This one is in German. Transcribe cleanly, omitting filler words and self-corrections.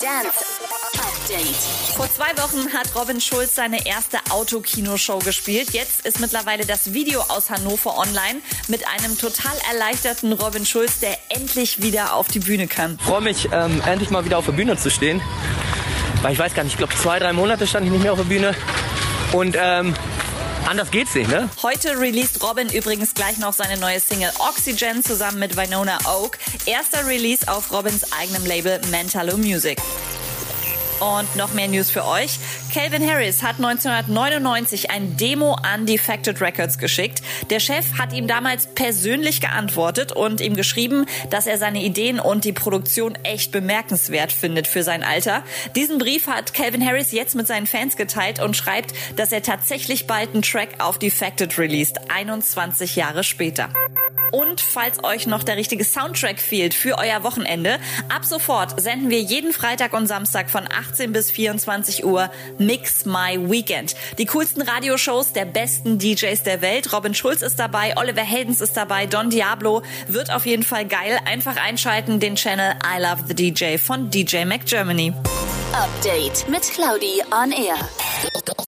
Dance Update. Vor 2 Wochen hat Robin Schulz seine erste Autokinoshow gespielt. Jetzt ist mittlerweile das Video aus Hannover online mit einem total erleichterten Robin Schulz, der endlich wieder auf die Bühne kann. Ich freue mich, endlich mal wieder auf der Bühne zu stehen. Weil ich weiß gar nicht, ich glaube 2-3 Monate stand ich nicht mehr auf der Bühne. Und anders geht's nicht, ne? Heute released Robin übrigens gleich noch seine neue Single Oxygen zusammen mit Winona Oak. Erster Release auf Robins eigenem Label Mentalo Music. Und noch mehr News für euch. Calvin Harris hat 1999 ein Demo an Defected Records geschickt. Der Chef hat ihm damals persönlich geantwortet und ihm geschrieben, dass er seine Ideen und die Produktion echt bemerkenswert findet für sein Alter. Diesen Brief hat Calvin Harris jetzt mit seinen Fans geteilt und schreibt, dass er tatsächlich bald einen Track auf Defected released, 21 Jahre später. Und falls euch noch der richtige Soundtrack fehlt für euer Wochenende, ab sofort senden wir jeden Freitag und Samstag von 18 bis 24 Uhr Mix My Weekend. Die coolsten Radioshows der besten DJs der Welt. Robin Schulz ist dabei, Oliver Heldens ist dabei, Don Diablo. Wird auf jeden Fall geil. Einfach einschalten, den Channel I Love the DJ von DJ Mac Germany. Update mit Claudi on Air.